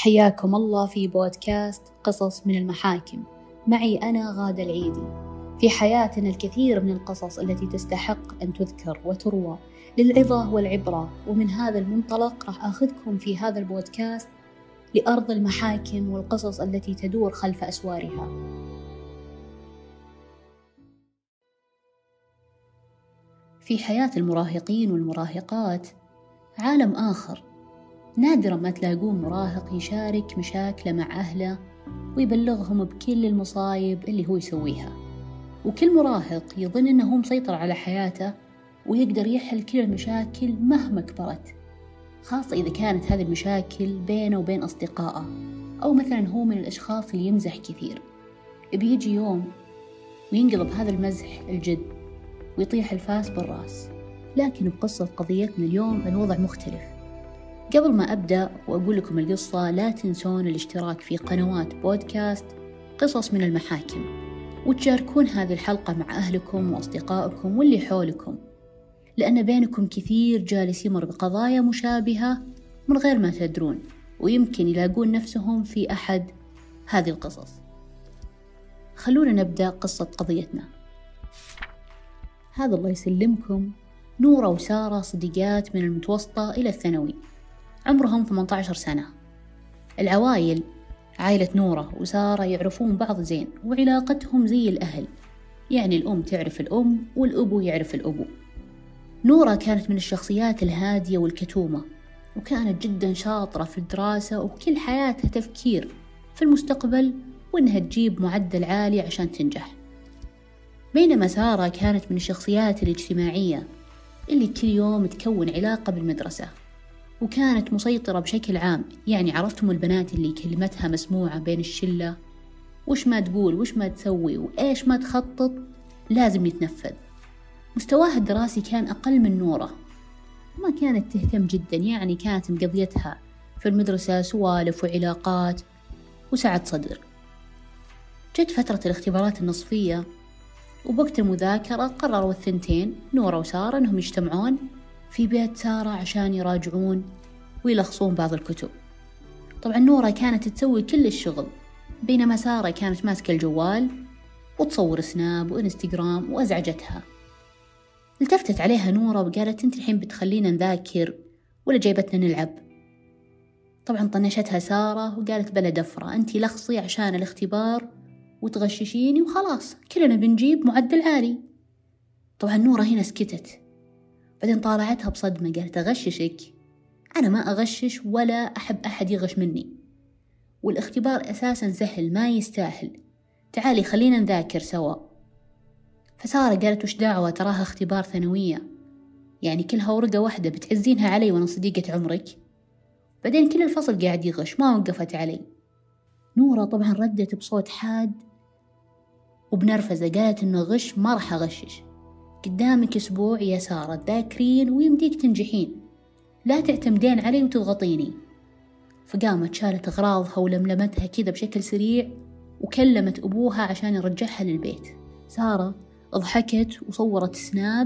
حياكم الله في بودكاست قصص من المحاكم. معي أنا غادة العيدي. في حياتنا الكثير من القصص التي تستحق أن تذكر وتروى للعظة والعبرة، ومن هذا المنطلق راح أخذكم في هذا البودكاست لأرض المحاكم والقصص التي تدور خلف أسوارها. في حياة المراهقين والمراهقات عالم آخر، نادرا ما تلاقون مراهق يشارك مشاكله مع أهله ويبلغهم بكل المصايب اللي هو يسويها، وكل مراهق يظن أنه هو مسيطر على حياته ويقدر يحل كل المشاكل مهما كبرت، خاصة إذا كانت هذه المشاكل بينه وبين أصدقائه، أو مثلا هو من الأشخاص اللي يمزح كثير. بيجي يوم وينقلب هذا المزح الجد ويطيح الفاس بالراس. لكن بقصة قضيتنا اليوم الوضع مختلف. قبل ما أبدأ وأقول لكم القصة، لا تنسون الاشتراك في قنوات بودكاست قصص من المحاكم، وتشاركون هذه الحلقة مع أهلكم وأصدقائكم واللي حولكم، لأن بينكم كثير جالس يمر بقضايا مشابهة من غير ما تدرون، ويمكن يلاقون نفسهم في أحد هذه القصص. خلونا نبدأ قصة قضيتنا. هذا الله يسلمكم نورة وسارة، صديقات من المتوسطة إلى الثانوي، عمرهم 18 سنة. العوائل، عائلة نورة وسارة يعرفون بعض زين، وعلاقتهم زي الأهل، يعني الأم تعرف الأم والأبو يعرف الأبو. نورة كانت من الشخصيات الهادية والكتومة، وكانت جدا شاطرة في الدراسة، وكل حياتها تفكير في المستقبل وإنها تجيب معدل عالي عشان تنجح. بينما سارة كانت من الشخصيات الاجتماعية اللي كل يوم تكون علاقة بالمدرسة، وكانت مسيطرة بشكل عام، يعني عرفتم البنات اللي كلمتها مسموعة بين الشلة، وش ما تقول وش ما تسوي وإيش ما تخطط لازم يتنفذ. مستواها الدراسي كان أقل من نورة، وما كانت تهتم جدا، يعني كانت مقضيتها في المدرسة سوالف وعلاقات وسعة صدر. جت فترة الاختبارات النصفية، وبوقت المذاكرة قرروا الثنتين نورة وسارة أنهم يجتمعون في بيت سارة عشان يراجعون ويلخصون بعض الكتب. طبعا نورة كانت تسوي كل الشغل، بينما سارة كانت ماسكة الجوال وتصور سناب وإنستغرام، وأزعجتها. التفتت عليها نورة وقالت: أنت الحين بتخلينا نذاكر ولا جايبتنا نلعب؟ طبعا طنشتها سارة وقالت: بلا دفرة، أنت لخصي عشان الاختبار وتغششيني وخلاص كلنا بنجيب معدل عالي. طبعا نورة هنا سكتت، بعدين طالعتها بصدمة، قالت: أغششك؟ أنا ما أغشش ولا أحب أحد يغش مني، والاختبار أساسا سهل ما يستاهل، تعالي خلينا نذاكر سوا. فسارة قالت: وش دعوة، تراها اختبار ثانوية، يعني كلها ورقة واحدة بتعزينها علي وأنا صديقة عمرك؟ بعدين كل الفصل قاعد يغش، ما وقفت علي. نورة طبعا ردت بصوت حاد وبنرفزة، قالت إنه غش ما راح أغشش، قدامك أسبوع يا سارة تذاكرين ويمديك تنجحين، لا تعتمدين علي وتضغطيني. فقامت شالت أغراضها ولملمتها كذا بشكل سريع، وكلمت أبوها عشان يرجعها للبيت. سارة ضحكت وصورت سناب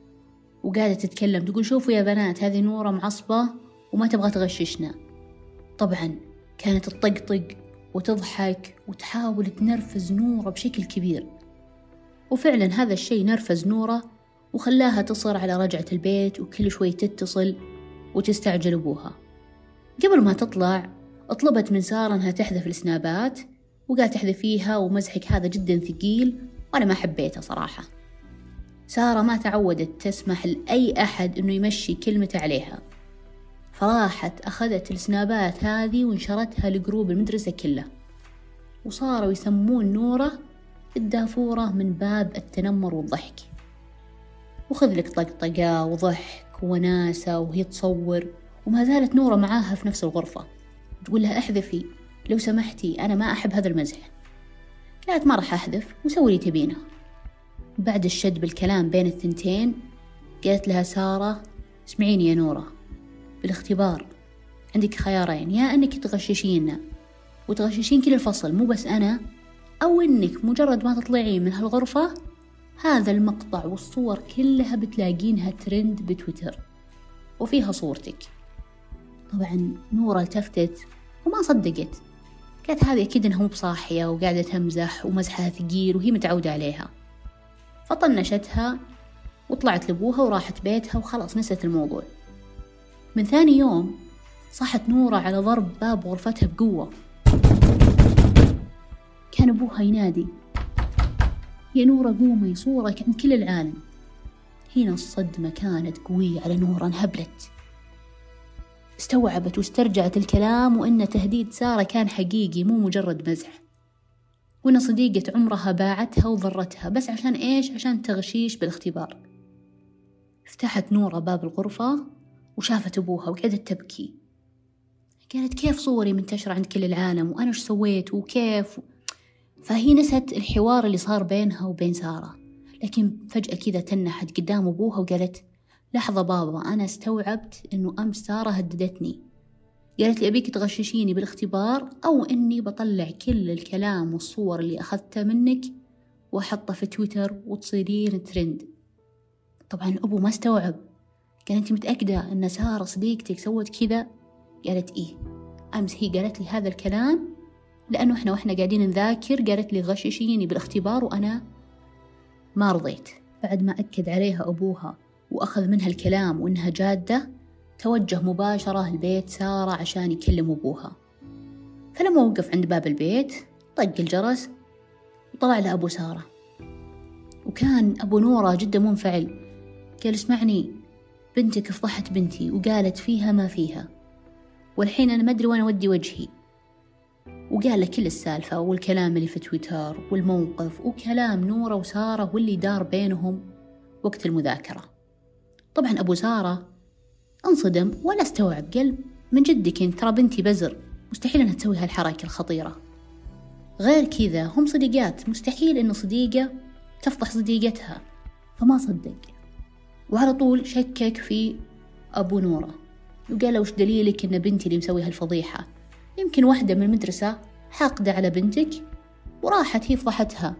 وقاعدة تتكلم، تقول: شوفوا يا بنات، هذه نورة معصبة وما تبغى تغششنا. طبعا كانت تطقطق وتضحك وتحاول تنرفز نورة بشكل كبير، وفعلا هذا الشيء نرفز نورة وخلاها تصر على رجعة البيت، وكل شوي تتصل وتستعجل أبوها. قبل ما تطلع طلبت من سارة أنها تحذف السنابات، وقالت: تحذفيها ومزحك هذا جدا ثقيل وأنا ما حبيته صراحة. سارة ما تعودت تسمح لأي أحد أنه يمشي كلمته عليها، فراحت أخذت السنابات هذه ونشرتها لجروب المدرسة كله، وصاروا يسمون نورة الدافورة من باب التنمر والضحك. وخذ لك طقطقة وضحك وناسة وهي تصور، وما زالت نورة معاها في نفس الغرفة، تقول لها: احذفي لو سمحتي، أنا ما أحب هذا المزح. قالت: ما راح أحذف وسوي لي تبينه. بعد الشد بالكلام بين الثنتين قالت لها سارة: اسمعيني يا نورة، بالاختبار عندك خيارين، يا أنك تغششيننا وتغششين كل الفصل مو بس أنا، أو أنك مجرد ما تطلعين من هالغرفة هذا المقطع والصور كلها بتلاقينها ترند بتويتر وفيها صورتك. طبعا نورة التفتت وما صدقت، قالت هذه أكيد إنها مو بصاحية وقاعدة تمزح ومزحها ثقيل وهي متعودة عليها. فطنشتها وطلعت لأبوها وراحت بيتها وخلاص نسيت الموضوع. من ثاني يوم صحت نورة على ضرب باب غرفتها بقوة. كان أبوها ينادي يا نورة قومي صورك عند كل العالم. هنا الصدمة كانت قوية على نورة، انهبلت، استوعبت واسترجعت الكلام وإن تهديد سارة كان حقيقي مو مجرد مزح، وإن صديقة عمرها باعتها وضرتها بس عشان إيش؟ عشان تغشيش بالاختبار. فتحت نورة باب الغرفة وشافت أبوها وقعدت تبكي. قالت كيف صوري منتشرة عند كل العالم وأنا إيش سويت وكيف؟ فهي نست الحوار اللي صار بينها وبين سارة، لكن فجأة كذا تنحت قدام أبوها وقالت لحظة بابا، أنا استوعبت إنه أمس سارة هددتني، قالت لي أبيك تغششيني بالاختبار أو إني بطلع كل الكلام والصور اللي أخذتها منك وأحطها في تويتر وتصيرين ترند. طبعا أبو ما استوعب، قال أنت متأكدة إن سارة صديقتك سوت كذا؟ قالت إيه، أمس هي قالت لي هذا الكلام لأنه إحنا قاعدين نذاكر، قالت لي غششيني بالاختبار وأنا ما رضيت. بعد ما أكد عليها أبوها وأخذ منها الكلام وإنها جادة، توجه مباشرة لبيت سارة عشان يكلم أبوها. فلما وقف عند باب البيت طق الجرس وطلع له أبو سارة، وكان أبو نورة جدا منفعل. قال اسمعني، بنتك فضحت بنتي وقالت فيها ما فيها، والحين أنا ما أدري وين أودي وجهي. وقال له كل السالفة والكلام اللي في تويتر والموقف وكلام نورة وسارة واللي دار بينهم وقت المذاكرة. طبعا أبو سارة انصدم ولا استوعب، قال من جدك انت، ترى بنتي بزر، مستحيل انها تسوي هالحركة الخطيرة. غير كذا هم صديقات، مستحيل انه صديقة تفضح صديقتها. فما صدق وعلى طول شكك في أبو نورة وقال له وش دليلك ان بنتي اللي مسوي هالفضيحة؟ يمكن واحدة من المدرسة حاقدة على بنتك وراحت هي فضحتها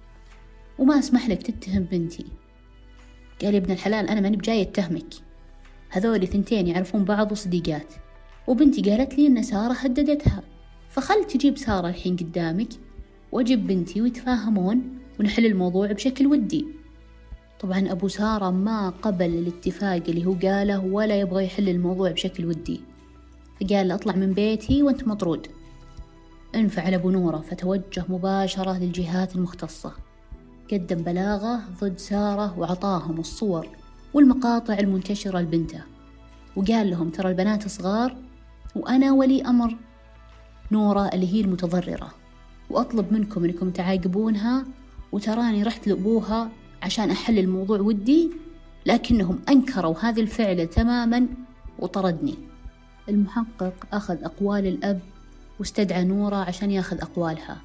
وما اسمح لك تتهم بنتي. قال يا ابن الحلال أنا ماني بجاي اتهمك، هذول ثنتين يعرفون بعض وصديقات، وبنتي قالت لي إن سارة هددتها، فخل تجيب سارة الحين قدامك وأجيب بنتي ويتفاهمون ونحل الموضوع بشكل ودي. طبعا أبو سارة ما قبل الاتفاق اللي هو قاله ولا يبغى يحل الموضوع بشكل ودي، فقال له اطلع من بيتي وانت مطرود. انفعل أبو نورة فتوجه مباشرة للجهات المختصة، قدم بلاغه ضد سارة وعطاهم الصور والمقاطع المنتشرة لبنته، وقال لهم ترى البنات صغار وأنا ولي أمر نورة اللي هي المتضررة، وأطلب منكم أنكم تعاقبونها، وتراني رحت لأبوها عشان أحل الموضوع ودي، لكنهم أنكروا هذه الفعلة تماما وطردني. المحقق أخذ أقوال الأب واستدعى نورة عشان ياخذ أقوالها،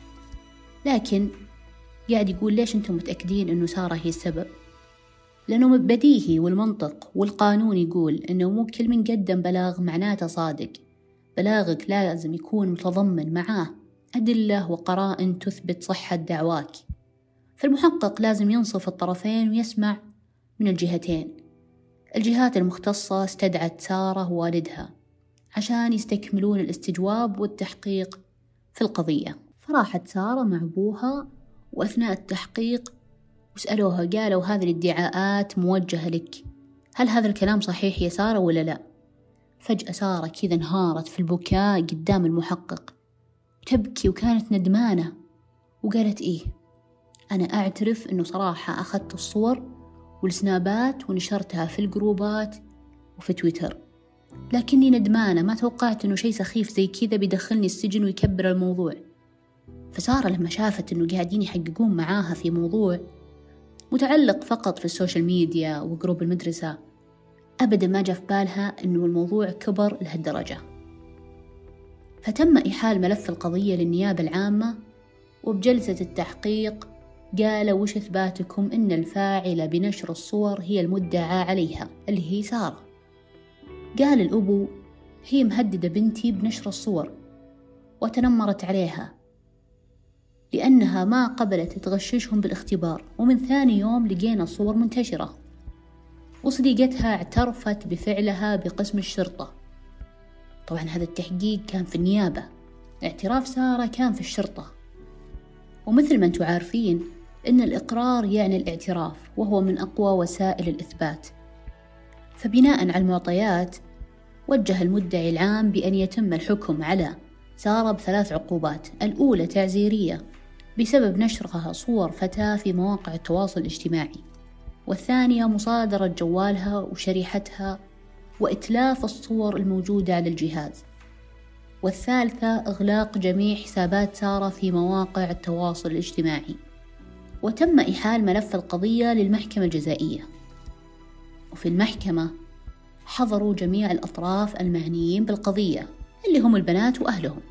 لكن قاعد يقول ليش أنتم متأكدين أنه سارة هي السبب؟ لأنه بديهي والمنطق والقانون يقول أنه مو كل من قدم بلاغ معناته صادق، بلاغك لازم يكون متضمن معاه أدلة وقرائن تثبت صحة دعواك. فالمحقق لازم ينصف الطرفين ويسمع من الجهتين. الجهات المختصة استدعت سارة ووالدها عشان يستكملون الاستجواب والتحقيق في القضية. فراحت سارة مع أبوها، وأثناء التحقيق وسألوها قالوا هذه الادعاءات موجهة لك، هل هذا الكلام صحيح يا سارة ولا لا؟ فجأة سارة كذا انهارت في البكاء قدام المحقق تبكي وكانت ندمانة، وقالت إيه أنا أعترف أنه صراحة أخذت الصور والسنابات ونشرتها في الجروبات وفي تويتر، لكني ندمانة، ما توقعت أنه شيء سخيف زي كذا بيدخلني السجن ويكبر الموضوع. فسارة لما شافت أنه قاعدين يحققون معاها في موضوع متعلق فقط في السوشيال ميديا وجروب المدرسة، أبدا ما جاء في بالها أنه الموضوع كبر لهالدرجة. فتم إحال ملف القضية للنيابة العامة، وبجلسة التحقيق قالوا وش إثباتكم أن الفاعلة بنشر الصور هي المدعى عليها اللي هي سارة؟ قال الأبو هي مهددة بنتي بنشر الصور وتنمرت عليها لأنها ما قبلت تغششهم بالاختبار، ومن ثاني يوم لقينا الصور منتشرة، وصديقتها اعترفت بفعلها بقسم الشرطة. طبعا هذا التحقيق كان في النيابة، اعتراف سارة كان في الشرطة. ومثل ما أنتم عارفين إن الإقرار يعني الاعتراف، وهو من أقوى وسائل الإثبات. فبناء على المعطيات وجه المدعي العام بأن يتم الحكم على سارة ب3 عقوبات. الأولى تعزيرية بسبب نشرها صور فتاة في مواقع التواصل الاجتماعي، والثانية مصادرة جوالها وشريحتها وإتلاف الصور الموجودة على الجهاز، والثالثة إغلاق جميع حسابات سارة في مواقع التواصل الاجتماعي. وتم إحال ملف القضية للمحكمة الجزائية، وفي المحكمة حضروا جميع الأطراف المعنيين بالقضية اللي هم البنات وأهلهم.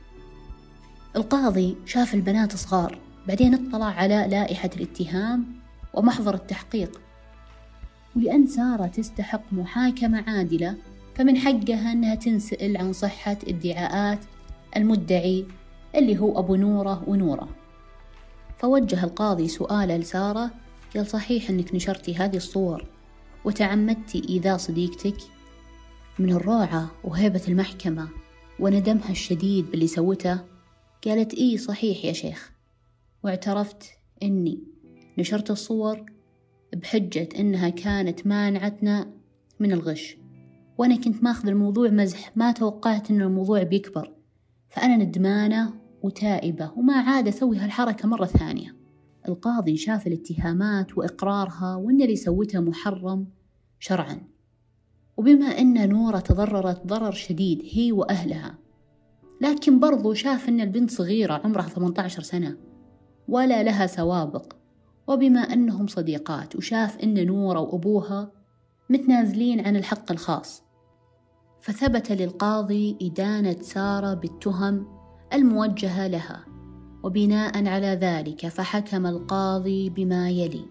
القاضي شاف البنات صغار، بعدين اطلع على لائحة الاتهام ومحضر التحقيق، ولأن سارة تستحق محاكمة عادلة فمن حقها أنها تنسأل عن صحة ادعاءات المدعي اللي هو أبو نورة ونورة. فوجه القاضي سؤاله لسارة، قال: صحيح أنك نشرتي هذه الصور وتعمدتي إيذاء صديقتك؟ من الروعة وهيبة المحكمة وندمها الشديد باللي سوته قالت: إيه صحيح يا شيخ، واعترفت أني نشرت الصور بحجة أنها كانت مانعتنا من الغش، وأنا كنت ماخذ الموضوع مزح، ما توقعت أن الموضوع بيكبر، فأنا ندمانة وتائبة وما عاد أسوي هالحركة مرة ثانية. القاضي شاف الاتهامات وإقرارها وأن اللي سوته محرم شرعا، وبما أن نورة تضررت ضرر شديد هي وأهلها، لكن برضو شاف أن البنت صغيرة عمرها 18 سنة ولا لها سوابق، وبما أنهم صديقات وشاف أن نورة وأبوها متنازلين عن الحق الخاص، فثبت للقاضي إدانة سارة بالتهم الموجهة لها. وبناء على ذلك فحكم القاضي بما يلي: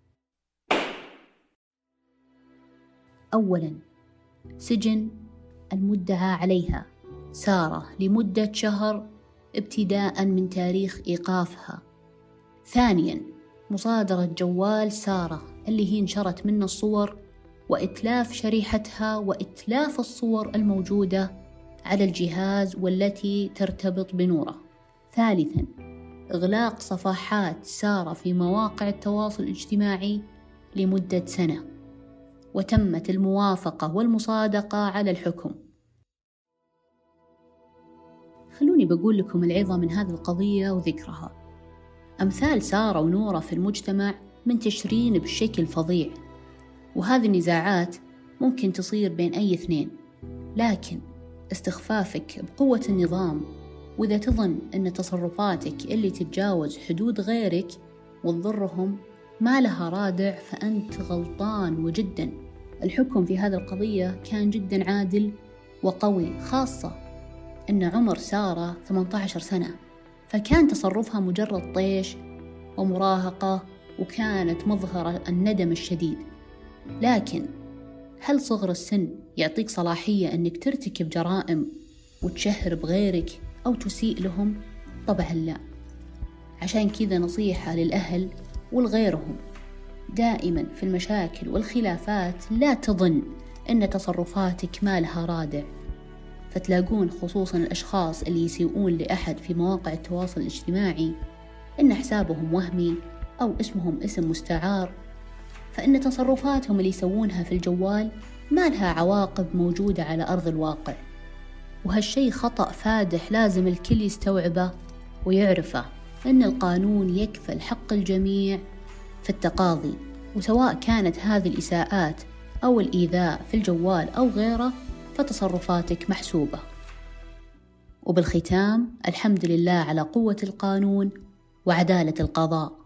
أولا، سجن المدعى عليها سارة لمدة شهر ابتداء من تاريخ إيقافها. ثانيا، مصادرة جوال سارة اللي هي انشرت منه الصور، وإتلاف شريحتها وإتلاف الصور الموجودة على الجهاز والتي ترتبط بنورة. ثالثا، إغلاق صفحات سارة في مواقع التواصل الاجتماعي لمدة 1 سنة، وتمت الموافقة والمصادقة على الحكم. خلوني بقول لكم العظة من هذه القضية وذكرها. أمثال سارة ونورة في المجتمع منتشرين بشكل فظيع، وهذه النزاعات ممكن تصير بين أي اثنين، لكن استخفافك بقوة النظام وإذا تظن أن تصرفاتك اللي تتجاوز حدود غيرك وتضرهم ما لها رادع فأنت غلطان وجدا. الحكم في هذه القضية كان جدا عادل وقوي، خاصة أن عمر سارة 18 سنة، فكان تصرفها مجرد طيش ومراهقة، وكانت مظهر الندم الشديد. لكن هل صغر السن يعطيك صلاحية أنك ترتكب جرائم وتشهر بغيرك أو تسيء لهم؟ طبعا لا. عشان كذا نصيحة للأهل والغيرهم، دائما في المشاكل والخلافات لا تظن أن تصرفاتك ما لها رادع، فتلاقون خصوصا الأشخاص اللي يسيئون لأحد في مواقع التواصل الاجتماعي إن حسابهم وهمي أو اسمهم اسم مستعار، فإن تصرفاتهم اللي يسوونها في الجوال ما لها عواقب موجودة على أرض الواقع. وهالشي خطأ فادح لازم الكل يستوعبه ويعرفه، أن القانون يكفل حق الجميع في التقاضي، وسواء كانت هذه الإساءات أو الإيذاء في الجوال أو غيره فتصرفاتك محسوبة. وبالختام، الحمد لله على قوة القانون وعدالة القضاء.